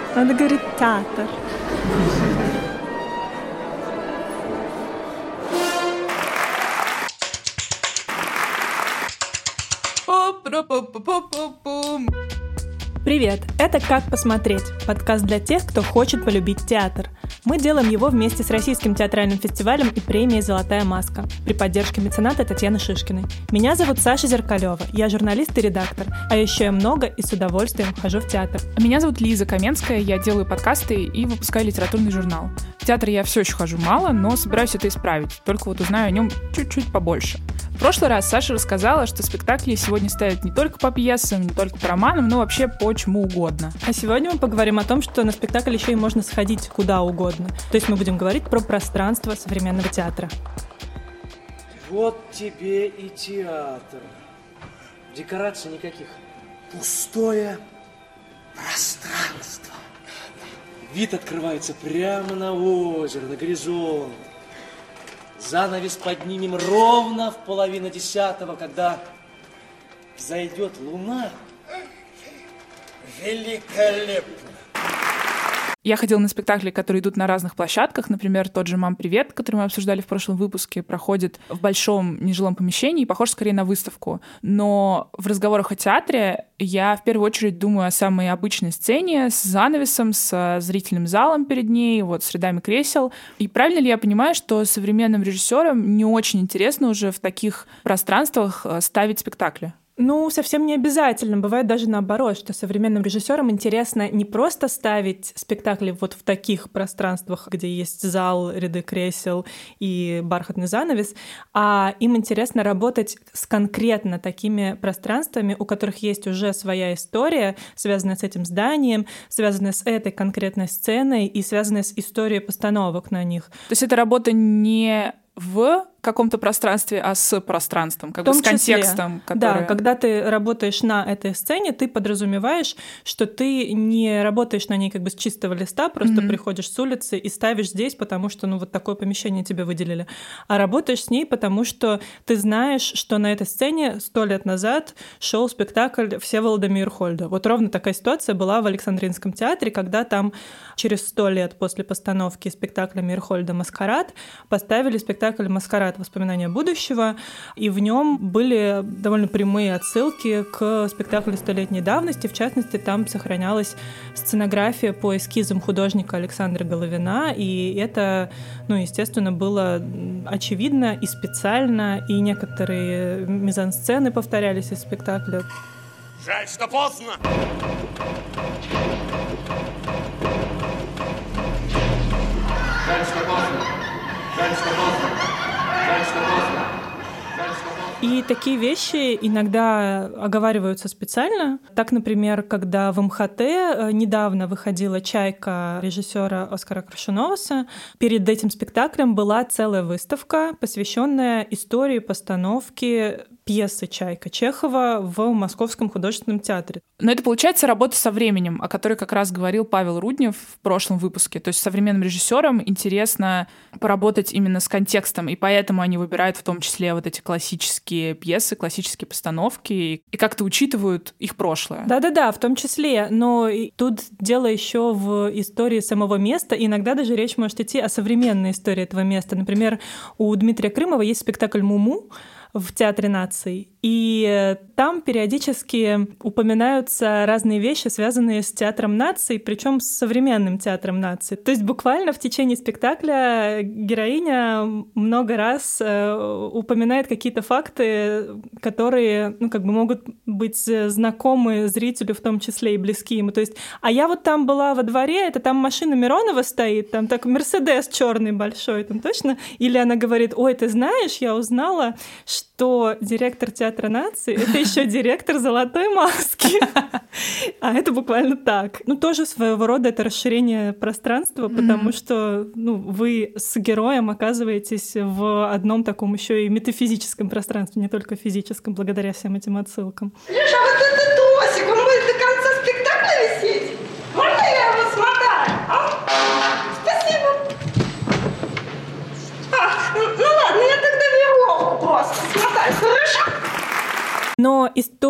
Надо говорить театр. Привет! Это «Как посмотреть» — подкаст для тех, кто хочет полюбить театр. Мы делаем его вместе с Российским театральным фестивалем и премией «Золотая маска» при поддержке мецената Татьяны Шишкиной. Меня зовут Саша Зеркалева, я журналист и редактор, а еще я много и с удовольствием хожу в театр. Меня зовут Лиза Каменская, я делаю подкасты и выпускаю литературный журнал. В театр я все еще хожу мало, но собираюсь это исправить, только вот узнаю о нем чуть-чуть побольше. В прошлый раз Саша рассказала, что спектакли сегодня ставят не только по пьесам, не только по романам, но вообще по чему угодно. А сегодня мы поговорим о том, что на спектакль еще и можно сходить куда угодно. То есть мы будем говорить про пространство современного театра. Вот тебе и театр. Декораций никаких. Пустое пространство. Вид открывается прямо на озеро, на горизонт. Занавес поднимем ровно в 9:30, когда взойдет луна. Великолепно! Я ходила на спектакли, которые идут на разных площадках. Например, тот же «Мам, привет», который мы обсуждали в прошлом выпуске, проходит в большом нежилом помещении и похож скорее на выставку. Но в разговорах о театре я в первую очередь думаю о самой обычной сцене с занавесом, с зрительным залом перед ней, вот с рядами кресел. И правильно ли я понимаю, что современным режиссерам не очень интересно уже в таких пространствах ставить спектакли? Ну, совсем не обязательно. Бывает даже наоборот, что современным режиссерам интересно не просто ставить спектакли вот в таких пространствах, где есть зал, ряды кресел и бархатный занавес, а им интересно работать с конкретно такими пространствами, у которых есть уже своя история, связанная с этим зданием, связанная с этой конкретной сценой и связанная с историей постановок на них. То есть это работа не в каком-то пространстве, а с пространством, как бы с контекстом. Да, когда ты работаешь на этой сцене, ты подразумеваешь, что ты не работаешь на ней как бы с чистого листа, просто приходишь с улицы и ставишь здесь, потому что вот такое помещение тебе выделили, а работаешь с ней, потому что ты знаешь, что на этой сцене 100 лет назад шел спектакль Всеволода Мейерхольда. Вот ровно такая ситуация была в Александринском театре, когда там через 100 лет после постановки спектакля Мейерхольда «Маскарад» поставили спектакль «Маскарад. Воспоминания будущего», и в нем были довольно прямые отсылки к спектаклю столетней давности. В частности, там сохранялась сценография по эскизам художника Александра Головина, и это, естественно, было очевидно и специально, и некоторые мизансцены повторялись из спектакля. Жаль, что поздно! Жаль, что поздно! Жаль, что поздно! И такие вещи иногда оговариваются специально. Так, например, когда в МХТ недавно выходила «Чайка» режиссера Оскара Крушуноваса, перед этим спектаклем была целая выставка, посвященная истории постановки пьесы «Чайка» Чехова в Московском художественном театре. Но это, получается, работа со временем, о которой как раз говорил Павел Руднев в прошлом выпуске. То есть современным режиссерам интересно поработать именно с контекстом, и поэтому они выбирают в том числе вот эти классические пьесы, классические постановки, и как-то учитывают их прошлое. Да-да-да, в том числе. Но тут дело еще в истории самого места. Иногда даже речь может идти о современной истории этого места. Например, у Дмитрия Крымова есть спектакль «Муму» в Театре наций. И там периодически упоминаются разные вещи, связанные с Театром наций, причем с современным Театром наций. То есть буквально в течение спектакля героиня много раз упоминает какие-то факты, которые, могут быть знакомы зрителю в том числе и близки ему. То есть, а я вот там была во дворе, это там машина Миронова стоит, там так Мерседес черный большой, там точно? Или она говорит: ой, ты знаешь, я узнала, что директор Театра наций — это еще директор «Золотой маски». А это буквально так. Тоже своего рода это расширение пространства, потому что вы с героем оказываетесь в одном таком еще и метафизическом пространстве, не только физическом, благодаря всем этим отсылкам. Леша, а вот этот Тосик, он будет до конца спектакля висеть? Можно я его смотаю? А? Спасибо. Ладно, я тогда веревку просто смотаю, хорошо? Но история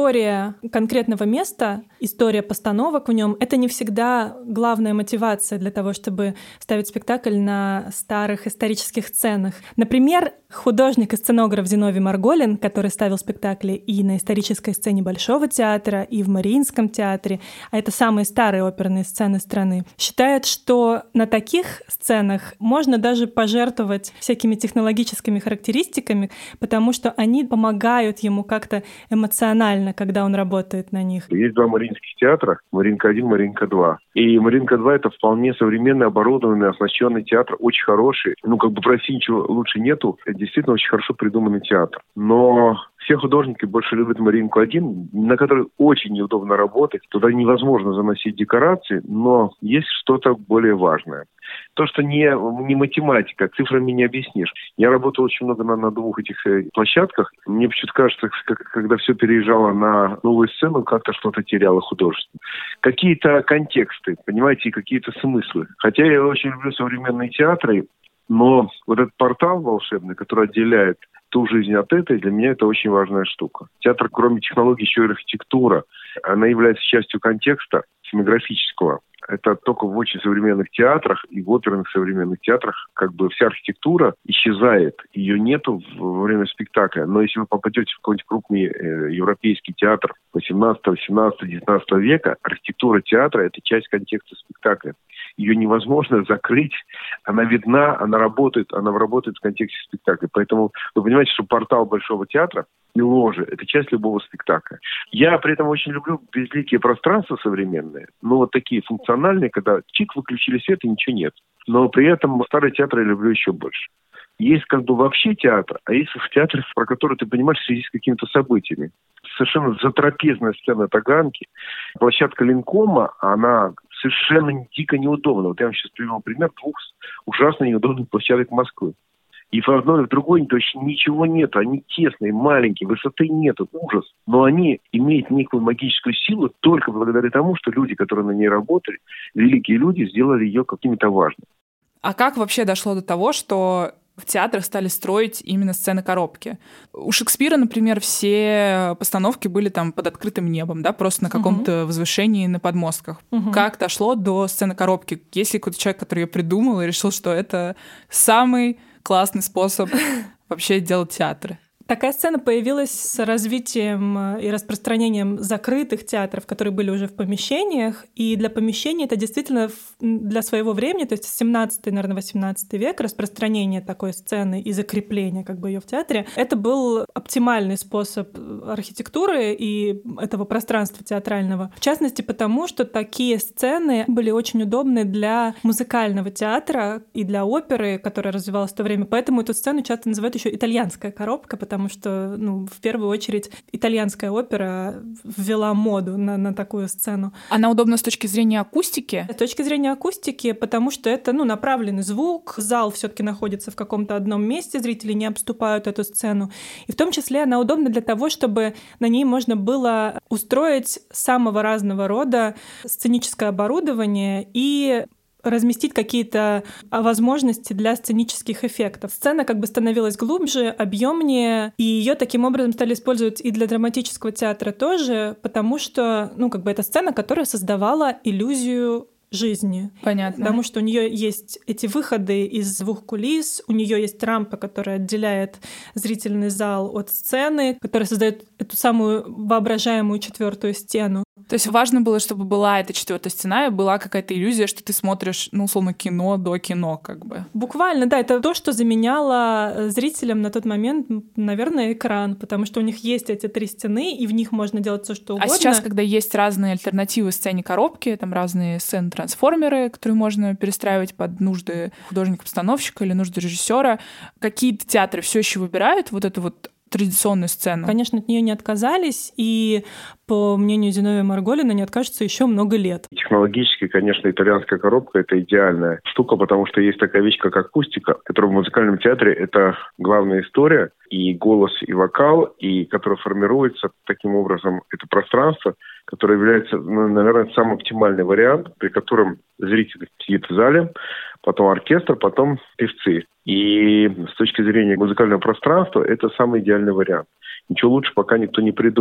история конкретного места, история постановок в нем — это не всегда главная мотивация для того, чтобы ставить спектакль на старых исторических сценах. Например, художник и сценограф Зиновий Марголин, который ставил спектакли и на исторической сцене Большого театра, и в Мариинском театре, а это самые старые оперные сцены страны, считает, что на таких сценах можно даже пожертвовать всякими технологическими характеристиками, потому что они помогают ему как-то эмоционально, когда он работает на них. Есть два мариинских театра, Мариинка-1, Мариинка-2. И Мариинка-2 — это вполне современный, оборудованный, оснащенный театр, очень хороший. Проси ничего лучше нету. Это действительно очень хорошо придуманный театр. Но все художники больше любят Мариинку-1, на которой очень неудобно работать. Туда невозможно заносить декорации, но есть что-то более важное. То, что не математика, цифрами не объяснишь. Я работал очень много на двух этих площадках. Мне почему-то кажется, когда все переезжало на новую сцену, как-то что-то теряло художественно. Какие-то контексты, понимаете, и какие-то смыслы. Хотя я очень люблю современные театры, но вот этот портал волшебный, который отделяет ту жизнь от этой, для меня это очень важная штука. Театр, кроме технологий, еще и архитектура. Она является частью контекста сценографического. Это только в очень современных театрах и в оперных современных театрах вся архитектура исчезает. Ее нету во время спектакля. Но если вы попадете в какой-нибудь крупный европейский театр 18, 18, 19 века, архитектура театра — это часть контекста спектакля. Ее невозможно закрыть. Она видна, она работает в контексте спектакля. Поэтому вы понимаете, что портал Большого театра и ложи — это часть любого спектакля. Я при этом очень люблю безликие пространства современные, такие функциональные, когда выключили свет и ничего нет. Но при этом старый театр я люблю еще больше. Есть вообще театр, а есть театр, про который ты понимаешь в связи с какими-то событиями. Совершенно затрапезная сцена Таганки. Площадка Ленкома, она совершенно дико неудобна. Я вам сейчас привел пример двух ужасно неудобных площадок Москвы. И в одной, и в другой ничего нет. Они тесные, маленькие, высоты нету, ужас. Но они имеют некую магическую силу только благодаря тому, что люди, которые на ней работали, великие люди, сделали ее какими-то важными. А как вообще дошло до того, что в театрах стали строить именно сцены коробки? У Шекспира, например, все постановки были под открытым небом, просто на каком-то возвышении на подмостках. Как дошло до сцены коробки? Есть ли какой-то человек, который ее придумал и решил, что это самый классный способ вообще делать театры? Такая сцена появилась с развитием и распространением закрытых театров, которые были уже в помещениях. И для помещений это действительно для своего времени, то есть 17-й, наверное, 18 век, распространение такой сцены и закрепление ее в театре, это был оптимальный способ архитектуры и этого пространства театрального. В частности, потому что такие сцены были очень удобны для музыкального театра и для оперы, которая развивалась в то время. Поэтому эту сцену часто называют еще итальянская коробка, потому что, в первую очередь, итальянская опера ввела моду на такую сцену. Она удобна с точки зрения акустики? С точки зрения акустики, потому что это, направленный звук, зал все-таки находится в каком-то одном месте, зрители не обступают эту сцену. И в том числе она удобна для того, чтобы на ней можно было устроить самого разного рода сценическое оборудование и разместить какие-то возможности для сценических эффектов. Сцена становилась глубже, объемнее, и ее таким образом стали использовать и для драматического театра тоже, потому что, это сцена, которая создавала иллюзию жизни. Понятно. Потому что у нее есть эти выходы из двух кулис, у нее есть рампа, которая отделяет зрительный зал от сцены, которая создает эту самую воображаемую четвертую стену. То есть важно было, чтобы была эта четвертая стена, и была какая-то иллюзия, что ты смотришь, условно, кино до кино, Буквально, да, это то, что заменяло зрителям на тот момент, наверное, экран, потому что у них есть эти три стены, и в них можно делать все, что угодно. А сейчас, когда есть разные альтернативы сцене коробки, разные сцены-трансформеры, которые можно перестраивать под нужды художника-постановщика или нужды режиссера, какие-то театры все еще выбирают эту традиционную сцену? Конечно, от нее не отказались, и, по мнению Зиновия Марголина, не откажутся еще много лет. Технологически, конечно, итальянская коробка — это идеальная штука, потому что есть такая вещь, как акустика, которая в музыкальном театре — это главная история, и голос, и вокал, и которая формируется таким образом, это пространство, которое является, наверное, самый оптимальный вариант, при котором зритель сидит в зале, потом оркестр, потом певцы. И с точки зрения музыкального пространства это самый идеальный вариант. Ничего лучше пока никто не придумал.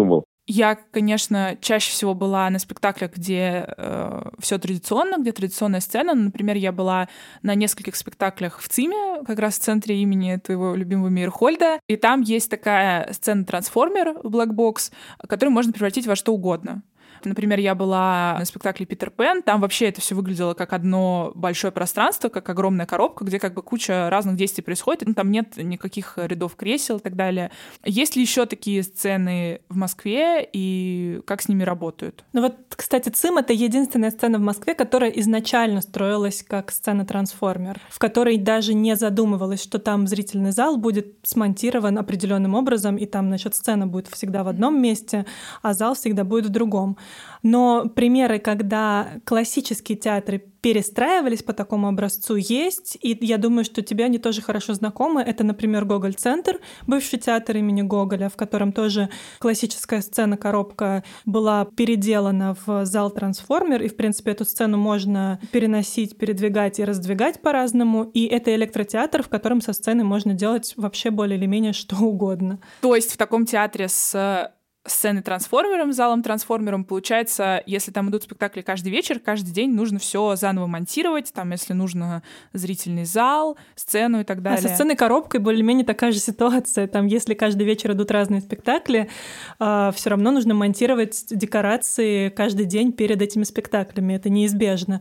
Я, конечно, чаще всего была на спектаклях, где все традиционно, где традиционная сцена. Например, я была на нескольких спектаклях в ЦИМе, как раз в центре имени твоего любимого Мейерхольда. И там есть такая сцена-трансформер, Black Box, которую можно превратить во что угодно. Например, я была на спектакле «Питер Пен», там вообще это все выглядело как одно большое пространство, как огромная коробка, где как бы куча разных действий происходит, там нет никаких рядов кресел и так далее. Есть ли еще такие сцены в Москве, и как с ними работают? Ну вот, кстати, ЦИМ — это единственная сцена в Москве, которая изначально строилась как сцена-трансформер, в которой даже не задумывалось, что там зрительный зал будет смонтирован определенным образом, и там, значит, сцена будет всегда в одном месте, а зал всегда будет в другом. Но примеры, когда классические театры перестраивались по такому образцу, есть, и я думаю, что тебе они тоже хорошо знакомы. Это, например, Гоголь-центр, бывший театр имени Гоголя, в котором тоже классическая сцена-коробка была переделана в зал-трансформер, и, в принципе, эту сцену можно переносить, передвигать и раздвигать по-разному. И это электротеатр, в котором со сцены можно делать вообще более или менее что угодно. То есть в таком театре с сценой-трансформером, залом-трансформером, получается, если там идут спектакли каждый вечер, каждый день нужно все заново монтировать, там, если нужно зрительный зал, сцену и так далее. А со сценой-коробкой более-менее такая же ситуация. Там, если каждый вечер идут разные спектакли, все равно нужно монтировать декорации каждый день перед этими спектаклями. Это неизбежно.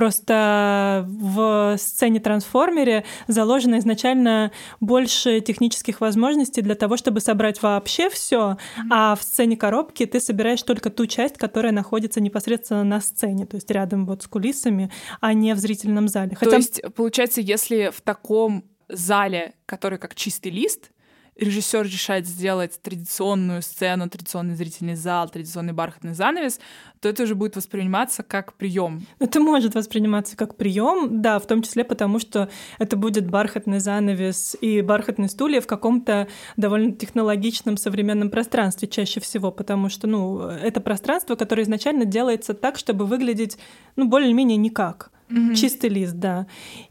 Просто в сцене-трансформере заложено изначально больше технических возможностей для того, чтобы собрать вообще все, а в сцене коробки ты собираешь только ту часть, которая находится непосредственно на сцене, то есть рядом вот с кулисами, а не в зрительном зале. То есть, получается, если в таком зале, который как чистый лист, режиссер решает сделать традиционную сцену, традиционный зрительный зал, традиционный бархатный занавес, то это уже будет восприниматься как прием. Это может восприниматься как прием, да, в том числе потому, что это будет бархатный занавес и бархатные стулья в каком-то довольно технологичном современном пространстве чаще всего, потому что, это пространство, которое изначально делается так, чтобы выглядеть, более-менее никак. Чистый лист, да.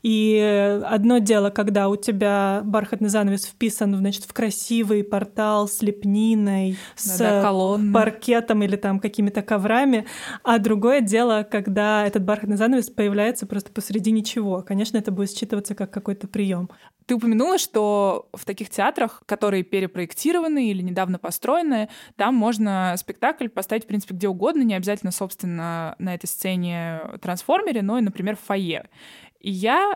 И одно дело, когда у тебя бархатный занавес вписан, значит, в красивый портал с лепниной, с паркетом или там какими-то коврами, а другое дело, когда этот бархатный занавес появляется просто посреди ничего. Конечно, это будет считываться как какой-то прием. Ты упомянула, что в таких театрах, которые перепроектированы или недавно построены, там можно спектакль поставить, в принципе, где угодно, не обязательно, собственно, на этой сцене трансформере, но и, например, в фойе. И я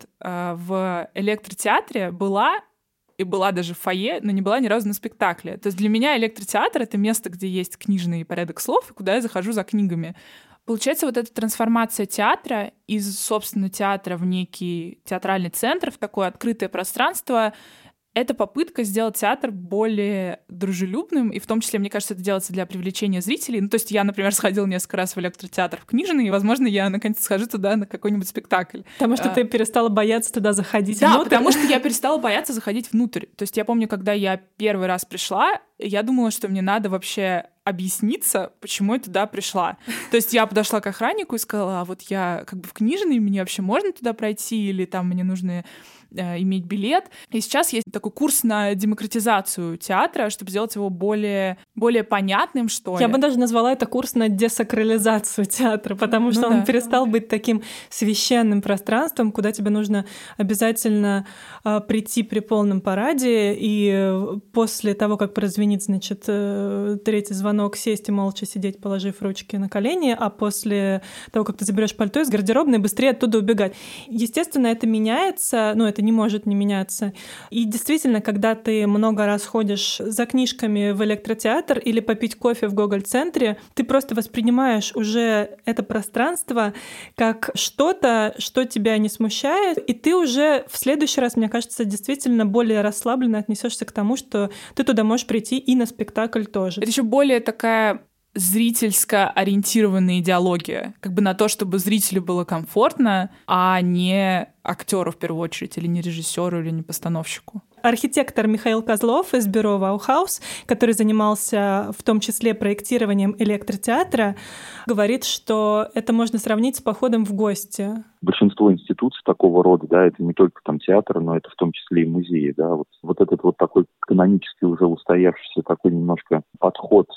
в электротеатре была даже в фойе, но не была ни разу на спектакле. То есть для меня электротеатр — это место, где есть книжный порядок слов, и куда я захожу за книгами. Получается, вот эта трансформация театра из, собственно, театра в некий театральный центр, в такое открытое пространство, это попытка сделать театр более дружелюбным, и в том числе, мне кажется, это делается для привлечения зрителей. То есть я, например, сходила несколько раз в электротеатр в Книжный, и, возможно, я наконец схожу туда на какой-нибудь спектакль. Потому что ты перестала бояться туда заходить внутрь? Да, потому что я перестала бояться заходить внутрь. То есть я помню, когда я первый раз пришла, я думала, что мне надо вообще объясниться, почему я туда пришла. То есть я подошла к охраннику и сказала, вот я как бы в Книжный, мне вообще можно туда пройти, или там мне нужно иметь билет. И сейчас есть такой курс на демократизацию театра, чтобы сделать его более понятным, что ли. Я бы даже назвала это курс на десакрализацию театра, потому что он перестал быть таким священным пространством, куда тебе нужно обязательно прийти при полном параде, и после того, как прозвенит, значит, третий звонок, сесть и молча сидеть, положив ручки на колени, а после того, как ты заберешь пальто из гардеробной, быстрее оттуда убегать. Естественно, это меняется, это не может не меняться. И действительно, когда ты много раз ходишь за книжками в электротеатр или попить кофе в Гоголь-центре, ты просто воспринимаешь уже это пространство как что-то, что тебя не смущает, и ты уже в следующий раз, мне кажется, действительно более расслабленно отнесешься к тому, что ты туда можешь прийти и на спектакль тоже. Это еще более такая зрительско ориентированная идеология, как бы на то, чтобы зрителю было комфортно, а не актеру в первую очередь, или не режиссеру, или не постановщику. Архитектор Михаил Козлов из бюро Ваухаус, который занимался в том числе проектированием электротеатра, говорит, что это можно сравнить с походом в гости. Большинство институций такого рода, да, это не только там театр, но это в том числе и музеи, да, вот этот вот такой канонический уже устоявшийся такой немножко подход к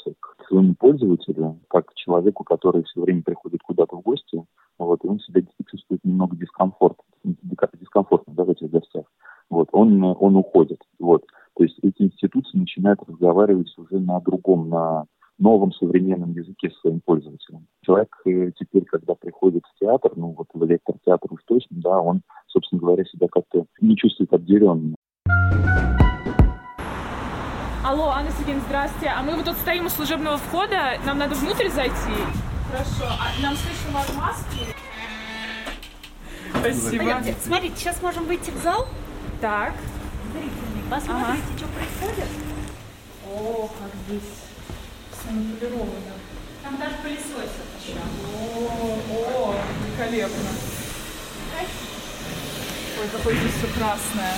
своему пользователю, как к человеку, который все время приходит куда-то в гости, вот, и он себя чувствует немного дискомфортно, да, в этих гостях. Вот, он уходит. Вот. То есть эти институции начинают разговаривать уже на другом, на новом современном языке с своим пользователем. Человек теперь, когда приходит в театр, ну вот в электротеатр уж точно, да, он, собственно говоря, себя как-то не чувствует обделенным. Алло, Анна Сергеевна, здравствуйте. А мы вот тут стоим у служебного входа. Нам надо внутрь зайти? Хорошо. А нам слышно вас маски? Спасибо. Пойдемте. Смотрите, сейчас можем выйти в зал. Так. Посмотрите, что происходит. О, как здесь санаполировано. Там даже пылесосят еще. О, великолепно. Ой, какое здесь все красное.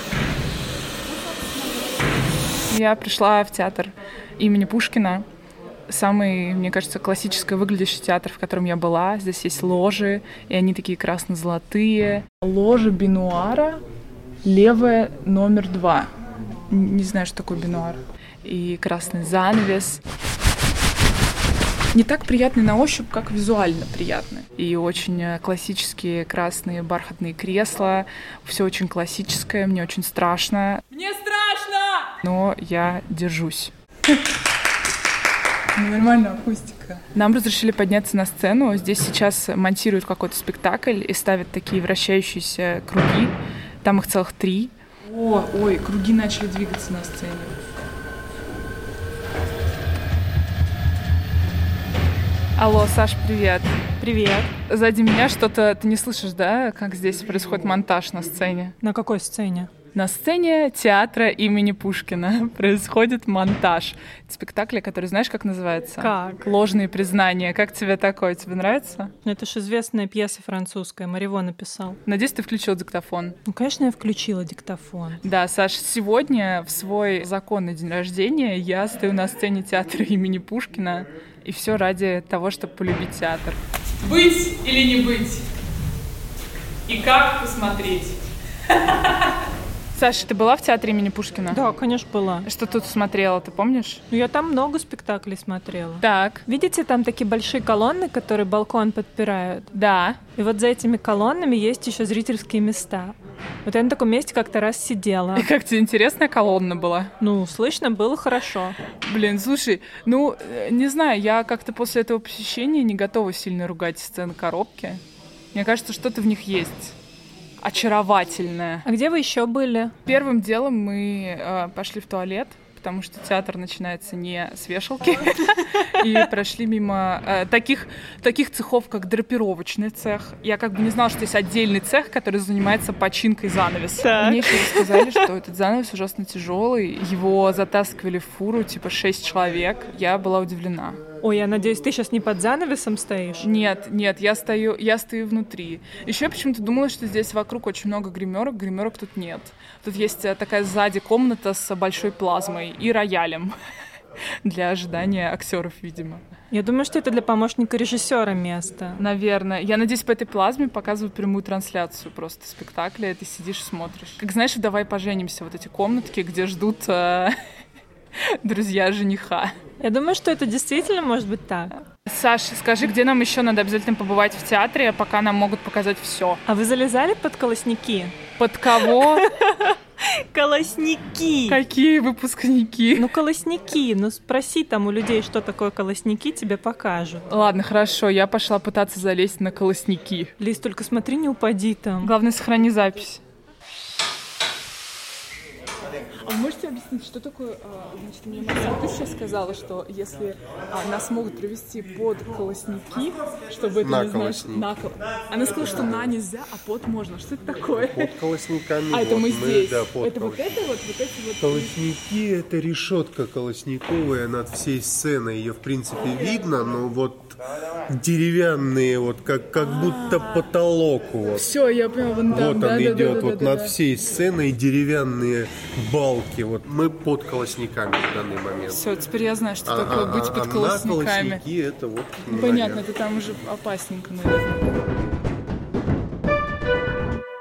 Я пришла в театр имени Пушкина. Самый, мне кажется, классически выглядящий театр, в котором я была. Здесь есть ложи, и они такие красно-золотые. Ложа бинуара, левая номер 2. Не знаю, что такое бинуар. И красный занавес. Не так приятный на ощупь, как визуально приятный. И очень классические красные бархатные кресла. Все очень классическое, мне очень страшно. Мне страшно! Но я держусь. Нормальная акустика. Нам разрешили подняться на сцену. Здесь сейчас монтируют какой-то спектакль и ставят такие вращающиеся круги. Там их целых 3. Ой, круги начали двигаться на сцене. Алло, Саш, привет. Привет. Сзади меня что-то... Ты не слышишь, да, как здесь происходит монтаж на сцене? На какой сцене? На сцене театра имени Пушкина происходит монтаж спектакля, который знаешь, как называется? Как? «Ложные признания». Как тебе такое? Тебе нравится? Это ж известная пьеса французская, Мариво написал. Надеюсь, ты включил диктофон. Ну, конечно, я включила диктофон. Да, Саш, сегодня в свой законный день рождения я стою на сцене театра имени Пушкина, и все ради того, чтобы полюбить театр. Быть или не быть? И как посмотреть? Саша, ты была в театре имени Пушкина? Да, конечно, была. Что тут смотрела, ты помнишь? Ну, я там много спектаклей смотрела. Так. Видите, там такие большие колонны, которые балкон подпирают? Да. И вот за этими колоннами есть еще зрительские места. Вот я на таком месте как-то раз сидела. И как тебе интересная колонна была? Ну, слышно было хорошо. Блин, слушай, ну, не знаю, я как-то после этого посещения не готова сильно ругать сцены коробки. Мне кажется, что-то в них есть очаровательное. А где вы еще были? Первым делом мы пошли в туалет, потому что театр начинается не с вешалки, и прошли мимо таких цехов, как драпировочный цех. Я как бы не знала, что есть отдельный цех, который занимается починкой занавеса. Мне еще рассказали, что этот занавес ужасно тяжелый, его затаскивали в фуру, типа 6 человек. Я была удивлена. Ой, я надеюсь, ты сейчас не под занавесом стоишь? Нет, я стою внутри. Еще я почему-то думала, что здесь вокруг очень много гримерок тут нет. Тут есть такая сзади комната с большой плазмой и роялем для ожидания актеров, видимо. Я думаю, что это для помощника режиссера место. Наверное. Я надеюсь, по этой плазме показывают прямую трансляцию просто спектакля, и ты сидишь и смотришь. Как знаешь, «Давай поженимся», вот эти комнатки, где ждут друзья жениха. Я думаю, что это действительно может быть так. Саша, скажи, где нам еще надо обязательно побывать в театре, пока нам могут показать все. А вы залезали под колосники? Под кого? Колосники! Какие выпускники? Ну, колосники. Ну, спроси там у людей, что такое колосники, тебе покажут. Ладно, хорошо, я пошла пытаться залезть на колосники. Лиз, только смотри, не упади там. Главное, сохрани запись. А вы можете объяснить, что такое, значит, мне Мария, ты сейчас сказала, что если нас могут привести под колосники, чтобы это не значит она сказала, что на нельзя, а под можно. Что это такое? Под колосниками. А, это мы здесь. Да, под это вот это вот эти вот. Колосники — это решетка колосниковая над всей сценой. Ее, в принципе, видно, но вот деревянные, вот как будто потолок. Вот. Все, я поняла, вон там. Вот он идет вот над всей сценой, деревянные балки. Вот мы под колосниками в данный момент. Все, теперь я знаю, что такое быть под колосниками. На колосники это вот. Ну, понятно, это там уже опасненько, наверное. Мы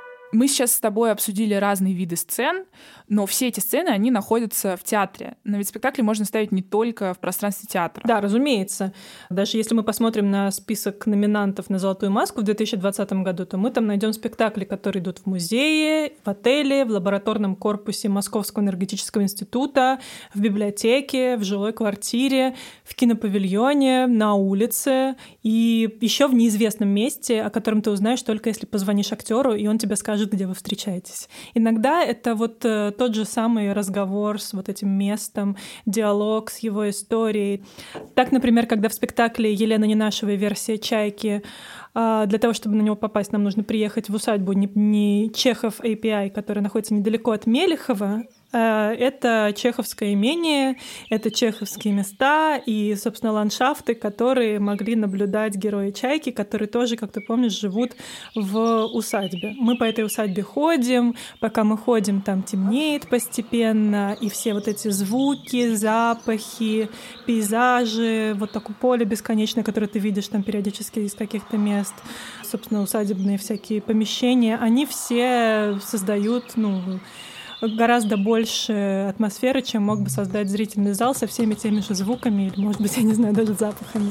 Мы сейчас с тобой обсудили разные виды сцен, но все эти сцены, они находятся в театре. Но ведь спектакли можно ставить не только в пространстве театра. Да, разумеется. Даже если мы посмотрим на список номинантов на «Золотую маску» в 2020 году, то мы там найдем спектакли, которые идут в музее, в отеле, в лабораторном корпусе Московского энергетического института, в библиотеке, в жилой квартире, в кинопавильоне, на улице и еще в неизвестном месте, о котором ты узнаешь только если позвонишь актеру, и он тебе скажет, где вы встречаетесь. Иногда это вот тот же самый разговор с вот этим местом, диалог с его историей. Так, например, когда в спектакле Елены Ненашевой версия «Чайки», для того, чтобы на него попасть, нам нужно приехать в усадьбу не Чехов API, которая находится недалеко от Мелехова. Это чеховское имение, это чеховские места и, собственно, ландшафты, которые могли наблюдать герои «Чайки», которые тоже, как ты помнишь, живут в усадьбе. Мы по этой усадьбе ходим, пока мы ходим, там темнеет постепенно, и все вот эти звуки, запахи, пейзажи, вот такое поле бесконечное, которое ты видишь там периодически из каких-то мест, собственно, усадебные всякие помещения, они все создают, гораздо больше атмосферы, чем мог бы создать зрительный зал со всеми теми же звуками или, может быть, я не знаю, даже запахами.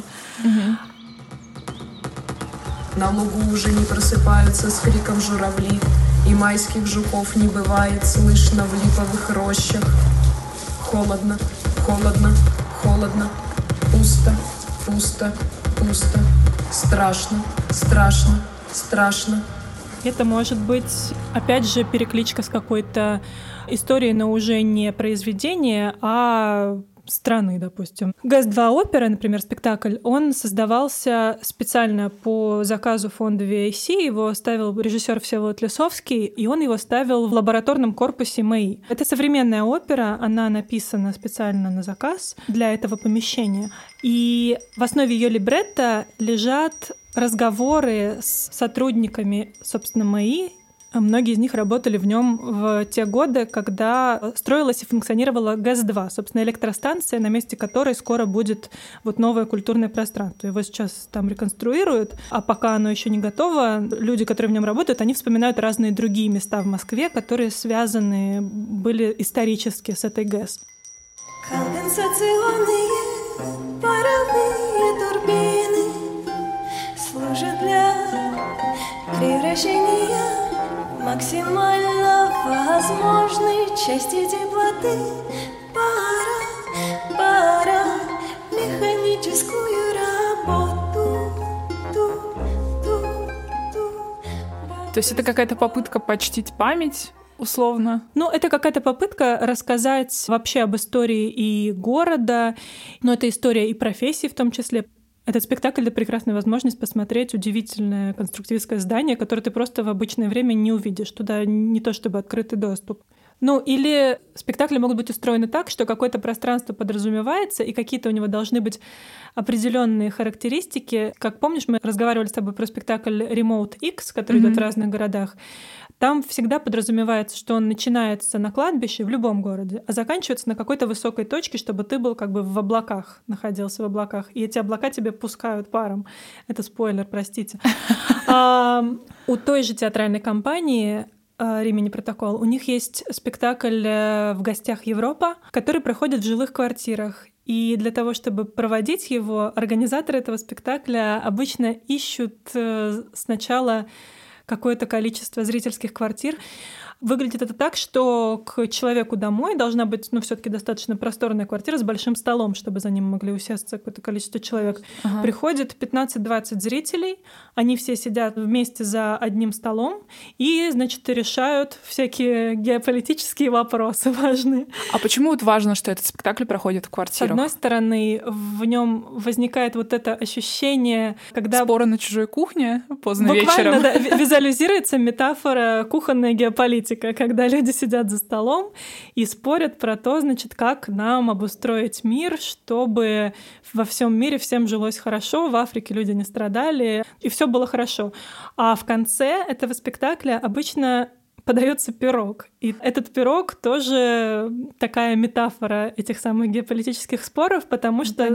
На лугу уже не просыпаются с криком журавли, и майских жуков не бывает слышно в липовых рощах. Холодно, холодно, холодно, пусто, пусто, пусто, страшно, страшно, страшно. Это может быть, опять же, перекличка с какой-то историей, но уже не произведение, а страны, допустим. ГЭС-2 опера, например, спектакль, он создавался специально по заказу фонда VIC, его ставил режиссер Всеволод Лисовский, и он его ставил в лабораторном корпусе МАИ. Это современная опера, она написана специально на заказ для этого помещения. И в основе ее либретто лежат разговоры с сотрудниками, собственно, МАИ. Многие из них работали в нем в те годы, когда строилась и функционировала ГЭС-2, собственно, электростанция, на месте которой скоро будет вот новое культурное пространство. Его сейчас там реконструируют, а пока оно еще не готово, люди, которые в нем работают, они вспоминают разные другие места в Москве, которые связаны были исторически с этой ГЭС. Конденсационные паровые турбины служат для превращения максимально возможной части теплоты пара механическую работу. То есть это какая-то попытка почтить память, условно? Это какая-то попытка рассказать вообще об истории и города, но это история и профессий в том числе. Этот спектакль — это прекрасная возможность посмотреть удивительное конструктивистское здание, которое ты просто в обычное время не увидишь. Туда не то чтобы открытый доступ. Или спектакли могут быть устроены так, что какое-то пространство подразумевается, и какие-то у него должны быть определенные характеристики. Как помнишь, мы разговаривали с тобой про спектакль Remote X, который идет в разных городах. Там всегда подразумевается, что он начинается на кладбище в любом городе, а заканчивается на какой-то высокой точке, чтобы ты был как бы в облаках, находился в облаках, и эти облака тебе пускают паром. Это спойлер, простите. У той же театральной компании «Римини Протокол» у них есть спектакль «В гостях Европа», который проходит в жилых квартирах. И для того, чтобы проводить его, организаторы этого спектакля обычно ищут сначала какое-то количество зрительских квартир. Выглядит это так, что к человеку домой должна быть, все-таки достаточно просторная квартира с большим столом, чтобы за ним могли усесться какое-то количество человек. Приходит 15-20 зрителей, они все сидят вместе за одним столом и, решают всякие геополитические вопросы важные. А почему вот важно, что этот спектакль проходит в квартирах? С одной стороны, в нем возникает вот это ощущение, когда... Споры на чужой кухне поздно вечером. Буквально, да, визуализируется метафора кухонная геополитика, когда люди сидят за столом и спорят про то, как нам обустроить мир, чтобы во всем мире всем жилось хорошо, в Африке люди не страдали, и все было хорошо. А в конце этого спектакля обычно подается пирог. И этот пирог тоже такая метафора этих самых геополитических споров, потому что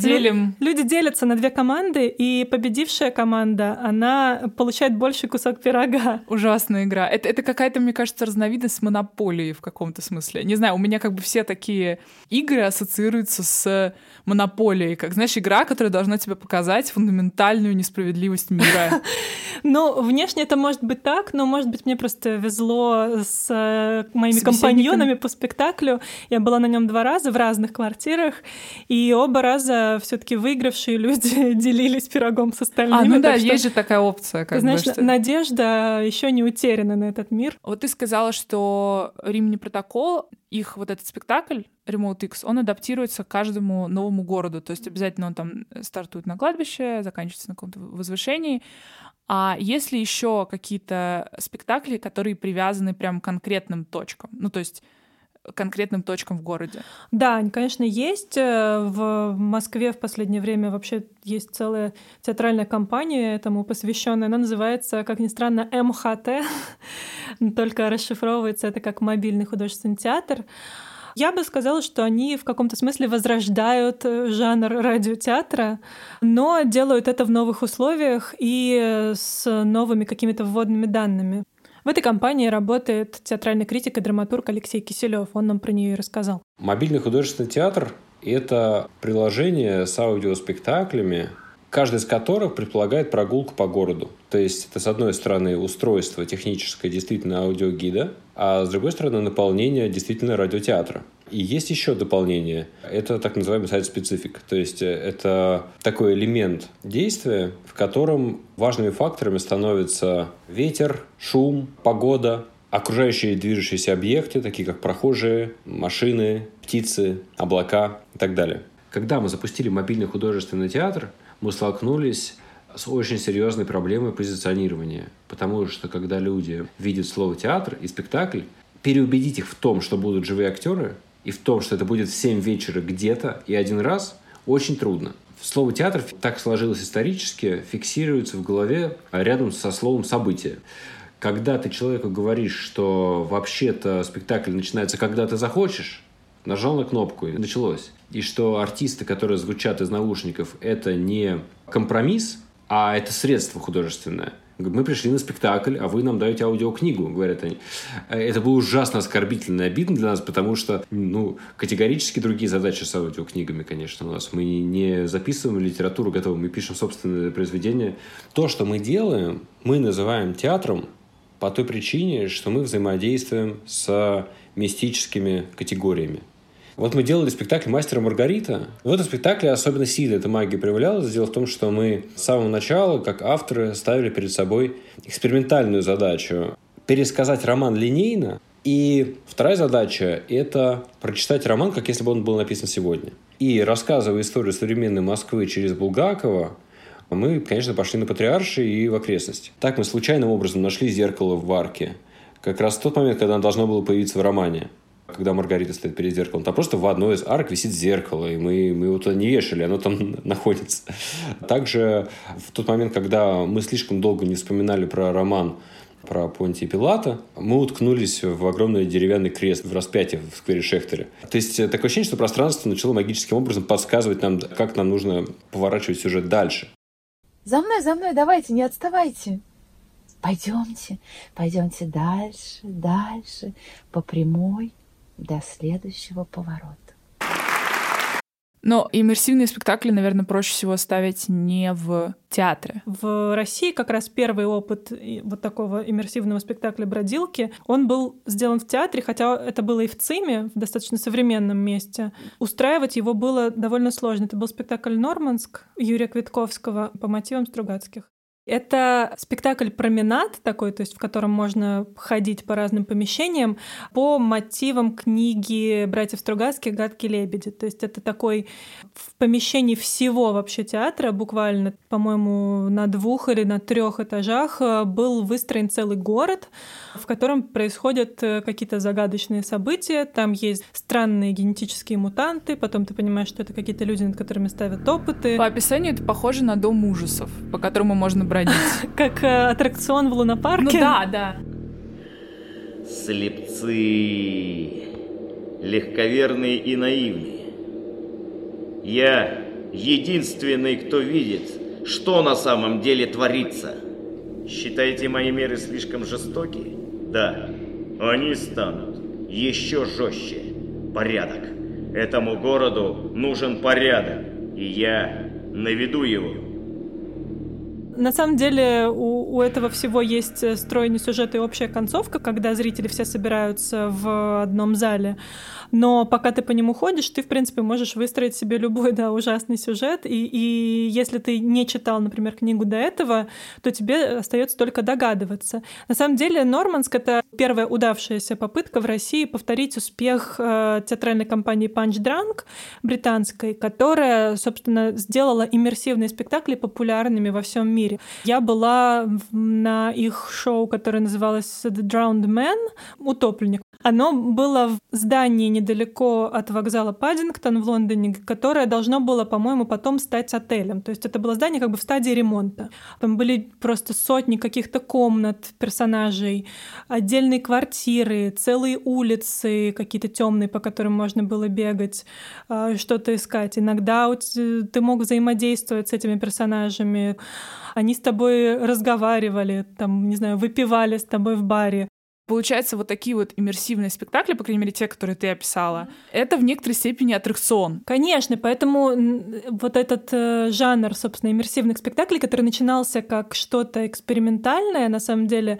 люди делятся на две команды, и победившая команда, она получает больший кусок пирога. Ужасная игра. Это какая-то, мне кажется, разновидность монополии в каком-то смысле. Не знаю, у меня как бы все такие игры ассоциируются с монополией, как, знаешь, игра, которая должна тебе показать фундаментальную несправедливость мира. Ну, внешне это может быть так, но, может быть, мне просто везло с моими компаньонами по спектаклю. Я была на нем 2 раза в разных квартирах, и оба раза все-таки выигравшие люди делились пирогом с остальными. Ну да, есть же такая опция. Ты знаешь, надежда еще не утеряна на этот мир. Вот ты сказала, что «Римини протокол», их вот этот спектакль Remote X, он адаптируется к каждому новому городу. То есть обязательно он там стартует на кладбище, заканчивается на каком-то возвышении. А есть ли еще какие-то спектакли, которые привязаны прям к конкретным точкам? Ну, то есть конкретным точкам в городе? Да, конечно, есть. В Москве в последнее время вообще есть целая театральная компания этому посвященная. Она называется, как ни странно, МХТ. Только расшифровывается это как мобильный художественный театр. Я бы сказала, что они в каком-то смысле возрождают жанр радиотеатра, но делают это в новых условиях и с новыми какими-то вводными данными. В этой компании работает театральный критик и драматург Алексей Киселёв. Он нам про нее и рассказал. Мобильный художественный театр – это приложение с аудиоспектаклями, каждый из которых предполагает прогулку по городу. То есть это, с одной стороны, устройство техническое действительно аудиогида, а с другой стороны, наполнение действительно радиотеатра. И есть еще дополнение. Это так называемый сайт-специфик. То есть это такой элемент действия, в котором важными факторами становятся ветер, шум, погода, окружающие движущиеся объекты, такие как прохожие, машины, птицы, облака и так далее. Когда мы запустили мобильный художественный театр, мы столкнулись с очень серьезной проблемой позиционирования. Потому что, когда люди видят слово «театр» и «спектакль», переубедить их в том, что будут живые актеры, и в том, что это будет в 7 вечера где-то и один раз, очень трудно. Слово «театр», так сложилось исторически, фиксируется в голове рядом со словом «событие». Когда ты человеку говоришь, что вообще-то спектакль начинается, когда ты захочешь, нажал на кнопку, и началось. И что артисты, которые звучат из наушников, это не компромисс, а это средство художественное. Мы пришли на спектакль, а вы нам даете аудиокнигу, говорят они. Это было ужасно оскорбительно и обидно для нас, потому что категорически другие задачи с аудиокнигами, конечно, у нас. Мы не записываем литературу готовую, мы пишем собственное произведение. То, что мы делаем, мы называем театром по той причине, что мы взаимодействуем с мистическими категориями. Вот мы делали спектакль «Мастер и Маргарита». В этом спектакле особенно сильно эта магия проявлялась. Дело в том, что мы с самого начала, как авторы, ставили перед собой экспериментальную задачу пересказать роман линейно. И вторая задача – это прочитать роман, как если бы он был написан сегодня. И рассказывая историю современной Москвы через Булгакова, мы, конечно, пошли на Патриарши и в окрестности. Так мы случайным образом нашли зеркало в арке. Как раз в тот момент, когда оно должно было появиться в романе. Когда Маргарита стоит перед зеркалом. Там просто в одной из арк висит зеркало, и мы его туда не вешали, оно там находится. Также в тот момент, когда мы слишком долго не вспоминали про роман про Понтия Пилата, мы уткнулись в огромный деревянный крест в распятии в сквере Шехтере. То есть такое ощущение, что пространство начало магическим образом подсказывать нам, как нам нужно поворачивать сюжет дальше. За мной, давайте, не отставайте. Пойдемте дальше, по прямой, до следующего поворота. Но иммерсивные спектакли, наверное, проще всего ставить не в театре. В России как раз первый опыт вот такого иммерсивного спектакля «Бродилки», он был сделан в театре, хотя это было и в ЦИМе, в достаточно современном месте. Устраивать его было довольно сложно. Это был спектакль «Норманск» Юрия Квитковского по мотивам Стругацких. Это спектакль «Променад» такой, то есть в котором можно ходить по разным помещениям по мотивам книги братьев Стругацких «Гадкие лебеди». То есть это такой в помещении всего вообще театра, буквально, по-моему, на 2 или на 3 этажах был выстроен целый город, в котором происходят какие-то загадочные события. Там есть странные генетические мутанты, потом ты понимаешь, что это какие-то люди, над которыми ставят опыты. По описанию это похоже на дом ужасов, по которому можно бродить. Как аттракцион в лунопарке. Ну да. Слепцы, легковерные и наивные. Я единственный, кто видит, что на самом деле творится. Считаете мои меры слишком жестокие? Да, они станут еще жестче. Порядок. Этому городу нужен порядок, и я наведу его. На самом деле у этого всего есть стройный сюжет и общая концовка, когда зрители все собираются в одном зале. Но пока ты по нему ходишь, ты, в принципе, можешь выстроить себе любой, да, ужасный сюжет. И если ты не читал, например, книгу до этого, то тебе остается только догадываться. На самом деле Норманск — это первая удавшаяся попытка в России повторить успех театральной компании Punch Drunk британской, которая, собственно, сделала иммерсивные спектакли популярными во всем мире. Я была на их шоу, которое называлось The Drowned Man, «Утопленник». Оно было в здании недалеко от вокзала Паддингтон в Лондоне, которое должно было, по-моему, потом стать отелем. То есть это было здание как бы в стадии ремонта. Там были просто сотни каких-то комнат персонажей, отдельные квартиры, целые улицы какие-то темные, по которым можно было бегать, что-то искать. Иногда ты мог взаимодействовать с этими персонажами. Они с тобой разговаривали, там, не знаю, выпивали с тобой в баре. Получается, вот такие вот иммерсивные спектакли, по крайней мере, те, которые ты описала, это в некоторой степени аттракцион. Конечно, поэтому вот этот жанр, собственно, иммерсивных спектаклей, который начинался как что-то экспериментальное, на самом деле,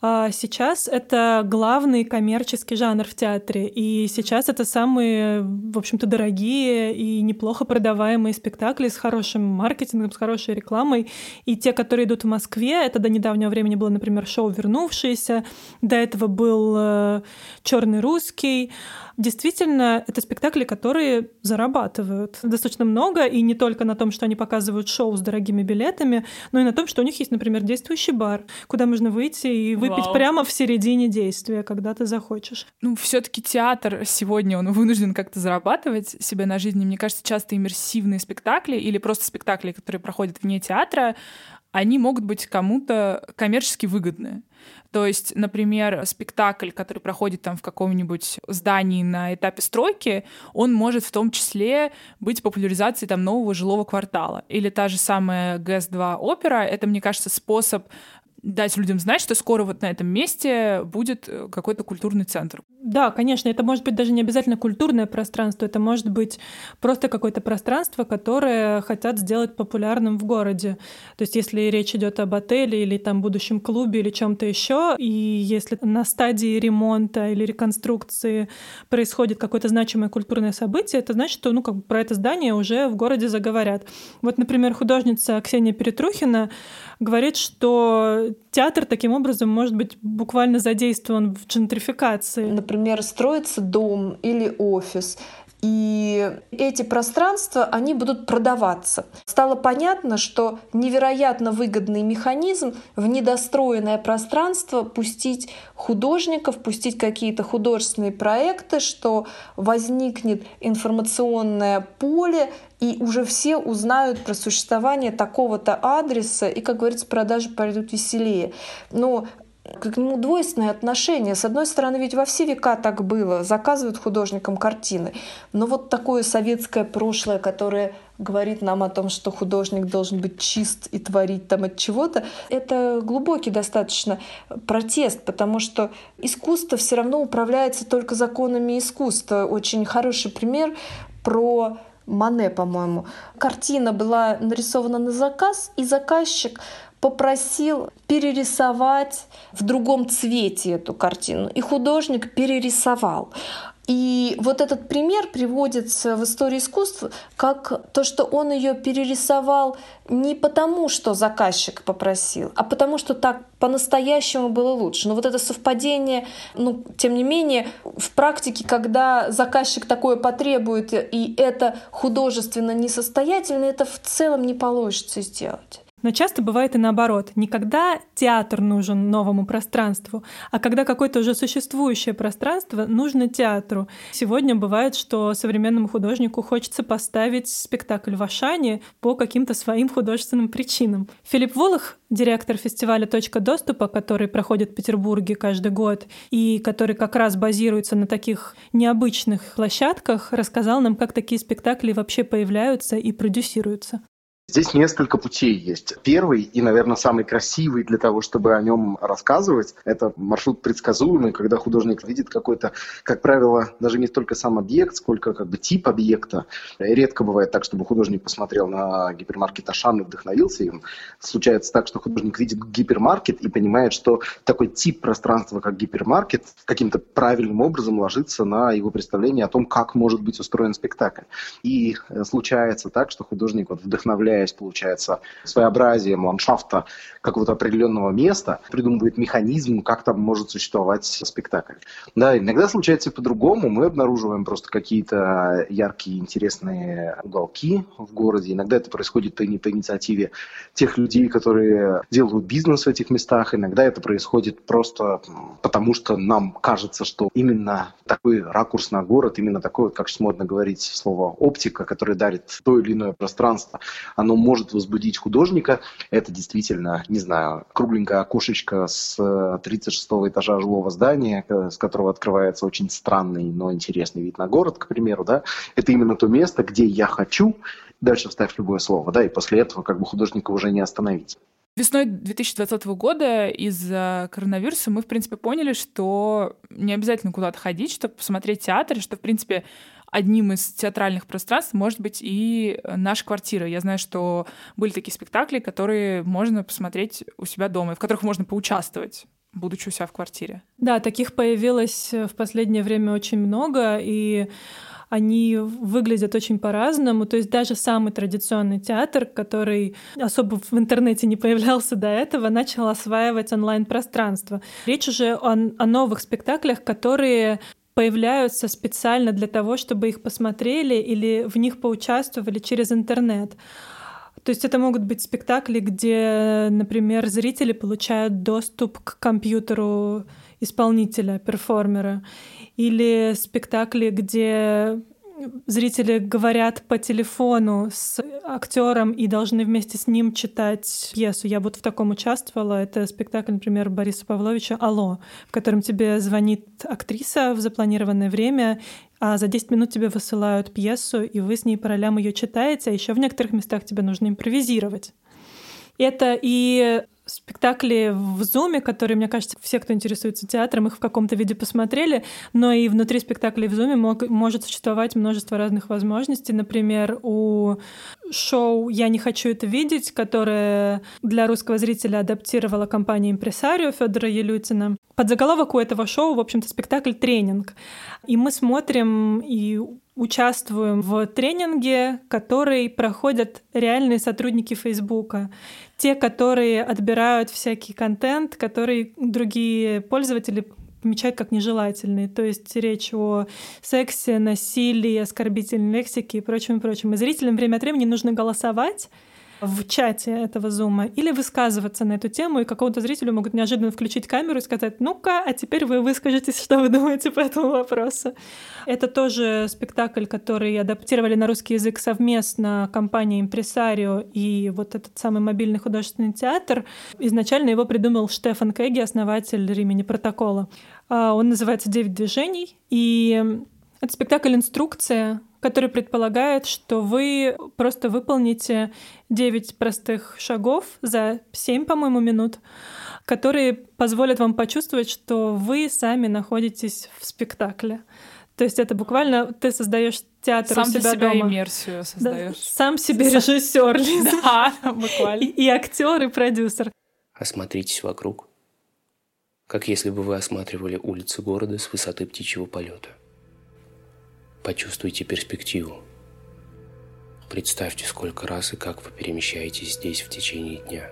сейчас это главный коммерческий жанр в театре. И сейчас это самые, в общем-то, дорогие и неплохо продаваемые спектакли с хорошим маркетингом, с хорошей рекламой. И те, которые идут в Москве, это до недавнего времени было, например, шоу «Вернувшиеся», до этого был «Черный русский». Действительно, это спектакли, которые зарабатывают достаточно много, и не только на том, что они показывают шоу с дорогими билетами, но и на том, что у них есть, например, действующий бар, куда можно выйти и выпить прямо в середине действия, когда ты захочешь. Ну, все-таки театр сегодня, он вынужден как-то зарабатывать себе на жизнь. Мне кажется, часто иммерсивные спектакли или просто спектакли, которые проходят вне театра, они могут быть кому-то коммерчески выгодны. То есть, например, спектакль, который проходит там в каком-нибудь здании на этапе стройки, он может в том числе быть популяризацией там нового жилого квартала. Или та же самая ГЭС-2 опера. Это, мне кажется, способ дать людям знать, что скоро вот на этом месте будет какой-то культурный центр. Да, конечно, это может быть даже не обязательно культурное пространство, это может быть просто какое-то пространство, которое хотят сделать популярным в городе. То есть если речь идет об отеле или там будущем клубе или чем-то еще, и если на стадии ремонта или реконструкции происходит какое-то значимое культурное событие, это значит, что как бы про это здание уже в городе заговорят. Вот, например, художница Ксения Перетрухина говорит, что театр таким образом может быть буквально задействован в джентрификации. Например, строится дом или офис, и эти пространства, они будут продаваться. Стало понятно, что невероятно выгодный механизм в недостроенное пространство пустить художников, пустить какие-то художественные проекты, что возникнет информационное поле, и уже все узнают про существование такого-то адреса, и, как говорится, продажи пойдут веселее. Но к нему двойственное отношение. С одной стороны, ведь во все века так было. Заказывают художникам картины. Но вот такое советское прошлое, которое говорит нам о том, что художник должен быть чист и творить там от чего-то, это глубокий достаточно протест, потому что искусство все равно управляется только законами искусства. Очень хороший пример про Мане, по-моему. Картина была нарисована на заказ, и заказчик попросил перерисовать в другом цвете эту картину. И художник перерисовал. И вот этот пример приводится в истории искусства как то, что он ее перерисовал не потому, что заказчик попросил, а потому, что так по-настоящему было лучше. Но вот это совпадение, тем не менее, в практике, когда заказчик такое потребует, и это художественно несостоятельно, это в целом не получится сделать. Но часто бывает и наоборот. Не когда театр нужен новому пространству, а когда какое-то уже существующее пространство нужно театру. Сегодня бывает, что современному художнику хочется поставить спектакль в Ашане по каким-то своим художественным причинам. Филипп Волох, директор фестиваля «Точка доступа», который проходит в Петербурге каждый год и который как раз базируется на таких необычных площадках, рассказал нам, как такие спектакли вообще появляются и продюсируются. Здесь несколько путей есть. Первый и, наверное, самый красивый для того, чтобы о нем рассказывать, это маршрут предсказуемый, когда художник видит какой-то, как правило, даже не столько сам объект, сколько как бы тип объекта. Редко бывает так, чтобы художник посмотрел на гипермаркет Ашан и вдохновился им. Случается так, что художник видит гипермаркет и понимает, что такой тип пространства, как гипермаркет, каким-то правильным образом ложится на его представление о том, как может быть устроен спектакль. И случается так, что художник вдохновляет, получается, своеобразием ландшафта какого-то определенного места, придумывает механизм, как там может существовать спектакль. Да, иногда случается и по-другому. Мы обнаруживаем просто какие-то яркие, интересные уголки в городе. Иногда это происходит по инициативе тех людей, которые делают бизнес в этих местах. Иногда это происходит просто потому, что нам кажется, что именно такой ракурс на город, именно такой, как сейчас модно говорить слово «оптика», который дарит то или иное пространство, оно может возбудить художника. Это действительно, не знаю, кругленькое окошечко с 36-го этажа жилого здания, с которого открывается очень странный, но интересный вид на город, к примеру, да. Это именно то место, где я хочу, дальше вставь любое слово, да, и после этого как бы художника уже не остановить. Весной 2020 года из-за коронавируса мы, в принципе, поняли, что не обязательно куда-то ходить, чтобы посмотреть театр, и что, в принципе, одним из театральных пространств может быть и наша квартира. Я знаю, что были такие спектакли, которые можно посмотреть у себя дома, и в которых можно поучаствовать, будучи у себя в квартире. Да, таких появилось в последнее время очень много, и они выглядят очень по-разному. То есть даже самый традиционный театр, который особо в интернете не появлялся до этого, начал осваивать онлайн-пространство. Речь уже о новых спектаклях, которые появляются специально для того, чтобы их посмотрели или в них поучаствовали через интернет. То есть это могут быть спектакли, где, например, зрители получают доступ к компьютеру исполнителя, перформера, или спектакли, где зрители говорят по телефону с актером и должны вместе с ним читать пьесу. Я вот в таком участвовала. Это спектакль, например, Бориса Павловича «Алло», в котором тебе звонит актриса в запланированное время, а за 10 минут тебе высылают пьесу, и вы с ней по ролям ее читаете, а еще в некоторых местах тебе нужно импровизировать. Это и спектакли в Zoom, которые, мне кажется, все, кто интересуется театром, их в каком-то виде посмотрели, но и внутри спектаклей в Zoom может существовать множество разных возможностей. Например, у шоу «Я не хочу это видеть», которое для русского зрителя адаптировала компания «Импресарио» Федора Елютина. Подзаголовок у этого шоу, в общем-то, спектакль «Тренинг». И мы смотрим и участвуем в тренинге, который проходят реальные сотрудники Фейсбука. Те, которые отбирают всякий контент, который другие пользователи помечают как нежелательный. То есть речь о сексе, насилии, оскорбительной лексике и прочем. И зрителям время от времени нужно голосовать в чате этого зума или высказываться на эту тему, и какому-то зрителю могут неожиданно включить камеру и сказать: ну-ка, а теперь вы выскажетесь, что вы думаете по этому вопросу. Это тоже спектакль, который адаптировали на русский язык совместно компания «Импресарио» и вот этот самый мобильный художественный театр. Изначально его придумал Штефан Кеги, основатель Римини Протокола. Он называется «9 движений», и это спектакль-инструкция, который предполагает, что вы просто выполните 9 простых шагов за 7, по-моему, минут, которые позволят вам почувствовать, что вы сами находитесь в спектакле. То есть это буквально ты создаешь театр сам у себя дома. Сам для себя иммерсию создаешь. Да, сам себе режиссер. Да, буквально. И актер, и продюсер. Осмотритесь вокруг, как если бы вы осматривали улицы города с высоты птичьего полета. Почувствуйте перспективу. Представьте, сколько раз и как вы перемещаетесь здесь в течение дня.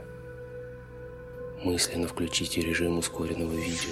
Мысленно включите режим ускоренного видео.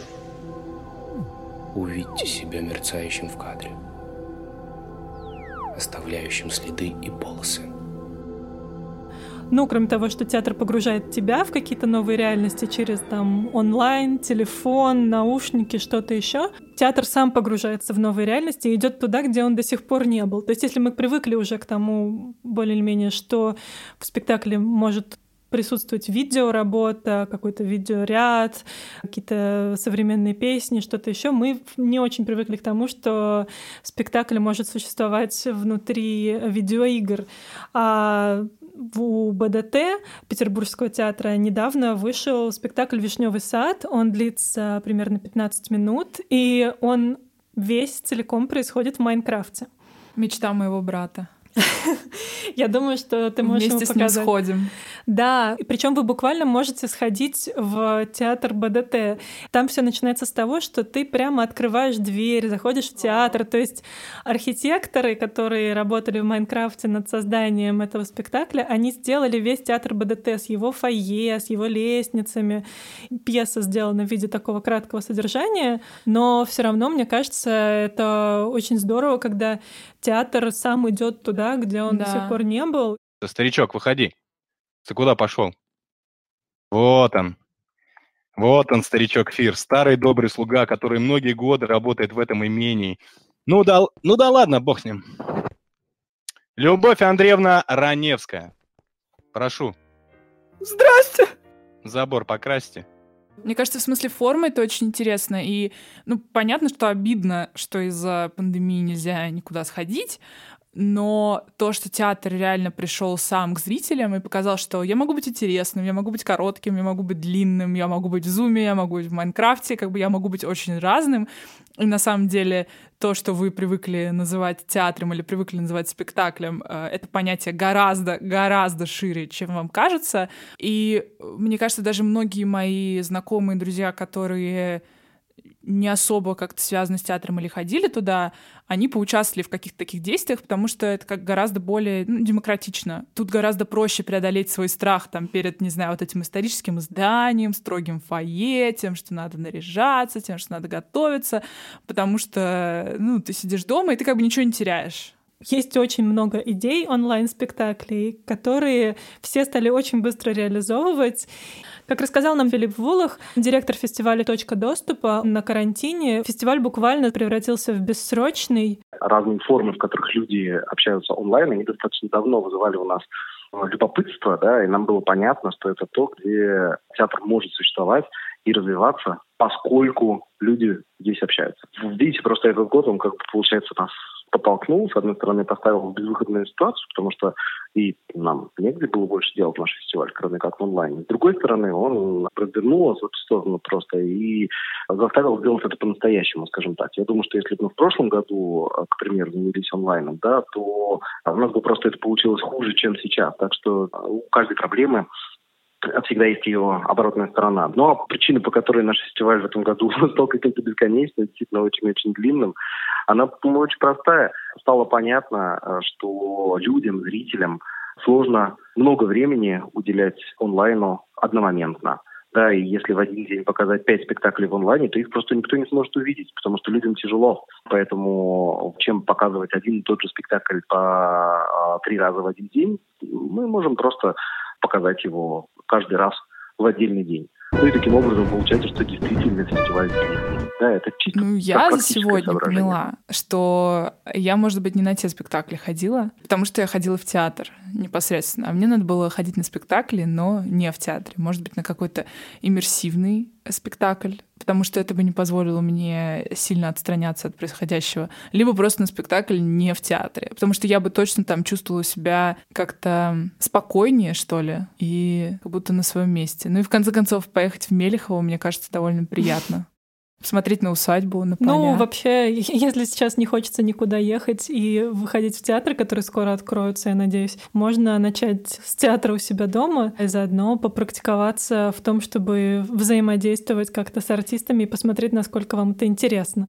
Увидьте себя мерцающим в кадре, оставляющим следы и полосы. Ну, кроме того, что театр погружает тебя в какие-то новые реальности через там онлайн, телефон, наушники, что-то еще, театр сам погружается в новые реальности и идет туда, где он до сих пор не был. То есть если мы привыкли уже к тому, более-менее, что в спектакле может присутствовать видеоработа, какой-то видеоряд, какие-то современные песни, что-то еще. Мы не очень привыкли к тому, что спектакль может существовать внутри видеоигр. А у БДТ, Петербургского театра, недавно вышел спектакль «Вишневый сад». Он длится примерно 15 минут, и он весь целиком происходит в Майнкрафте. Мечта моего брата. Я думаю, что ты можешь вместе ему показать. С ним сходим. Да, причем вы буквально можете сходить в театр БДТ. Там все начинается с того, что ты прямо открываешь дверь, заходишь в театр. То есть архитекторы, которые работали в Майнкрафте над созданием этого спектакля, они сделали весь театр БДТ с его фойе, с его лестницами. Пьеса сделана в виде такого краткого содержания, но все равно, мне кажется, это очень здорово, когда театр сам идет туда, где он до сих пор не был. Старичок, выходи. Ты куда пошел? Вот он, старичок Фир, старый добрый слуга, который многие годы работает в этом имении. Ну да ладно, бог с ним. Любовь Андреевна Раневская. Прошу. Здрасте. Забор покрасьте. Мне кажется, в смысле формы это очень интересно. И, понятно, что обидно, что из-за пандемии нельзя никуда сходить, но то, что театр реально пришел сам к зрителям и показал, что я могу быть интересным, я могу быть коротким, я могу быть длинным, я могу быть в Зуме, я могу быть в Майнкрафте, я могу быть очень разным. И на самом деле то, что вы привыкли называть театром или привыкли называть спектаклем, это понятие гораздо шире, чем вам кажется. И мне кажется, даже многие мои знакомые, друзья, которые не особо как-то связаны с театром или ходили туда, они поучаствовали в каких-то таких действиях, потому что это как гораздо более демократично. Тут гораздо проще преодолеть свой страх перед, не знаю, вот этим историческим зданием, строгим фойе, тем, что надо наряжаться, тем, что надо готовиться, потому что, ты сидишь дома, и ты ничего не теряешь. Есть очень много идей онлайн-спектаклей, которые все стали очень быстро реализовывать. Как рассказал нам Филипп Вулах, директор фестиваля «Точка доступа», на карантине фестиваль буквально превратился в бессрочный. Разные формы, в которых люди общаются онлайн, они достаточно давно вызывали у нас любопытство, и нам было понятно, что это то, где театр может существовать и развиваться, поскольку люди здесь общаются. Видите, просто этот год он, получается, нас подтолкнул, с одной стороны, поставил в безвыходную ситуацию, потому что и нам негде было больше делать наш фестиваль, кроме как в онлайне. С другой стороны, он развернул нас в эту сторону просто и заставил сделать это по-настоящему, скажем так. Я думаю, что если бы мы в прошлом году, к примеру, занялись онлайном, то у нас бы просто это получилось хуже, чем сейчас. Так что у каждой проблемы всегда есть ее оборотная сторона. Но причина, по которой наш фестиваль в этом году стал каким-то бесконечным, действительно очень-очень длинным, она очень простая. Стало понятно, что людям, зрителям сложно много времени уделять онлайну одномоментно. И если в один день показать 5 спектаклей в онлайне, то их просто никто не сможет увидеть, потому что людям тяжело. Поэтому чем показывать один и тот же спектакль по 3 раза в один день, мы можем просто показать его каждый раз в отдельный день. И таким образом получается, что действительно фестиваль длинный. Это чисто я за сегодня поняла, что я, может быть, не на те спектакли ходила, потому что я ходила в театр непосредственно. А мне надо было ходить на спектакли, но не в театре. Может быть, на какой-то иммерсивный спектакль, потому что это бы не позволило мне сильно отстраняться от происходящего. Либо просто на спектакль не в театре. Потому что я бы точно там чувствовала себя как-то спокойнее, что ли, и как будто на своем месте. И в конце концов, поехать в Мелехово, мне кажется, довольно приятно. Смотреть на усадьбу, на поля. Вообще, если сейчас не хочется никуда ехать и выходить в театр, который скоро откроется, я надеюсь, можно начать с театра у себя дома и заодно попрактиковаться в том, чтобы взаимодействовать как-то с артистами и посмотреть, насколько вам это интересно.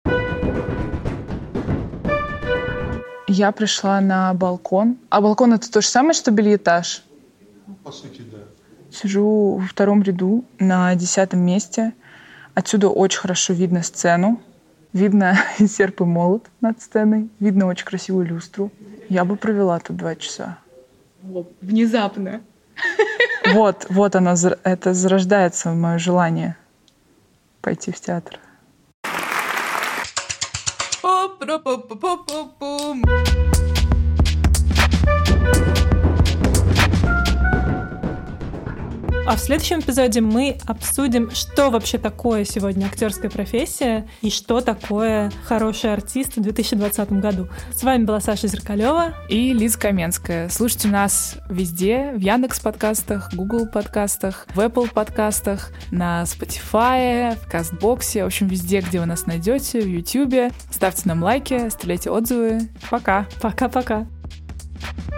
Я пришла на балкон. А балкон — это то же самое, что бельэтаж? По сути, да. Сижу во 2-м ряду на 10-м месте. Отсюда очень хорошо видно сцену. Видно серп и молот над сценой. Видно очень красивую люстру. Я бы провела тут 2 часа. Внезапно. Вот оно, это зарождается мое желание пойти в театр. А в следующем эпизоде мы обсудим, что вообще такое сегодня актерская профессия и что такое хороший артист в 2020 году. С вами была Саша Зеркалева и Лиза Каменская. Слушайте нас везде, в Яндекс.Подкастах, Google подкастах, в Apple подкастах, на Spotify, в Кастбоксе, в общем, везде, где вы нас найдете, в YouTube. Ставьте нам лайки, оставляйте отзывы. Пока. Пока-пока.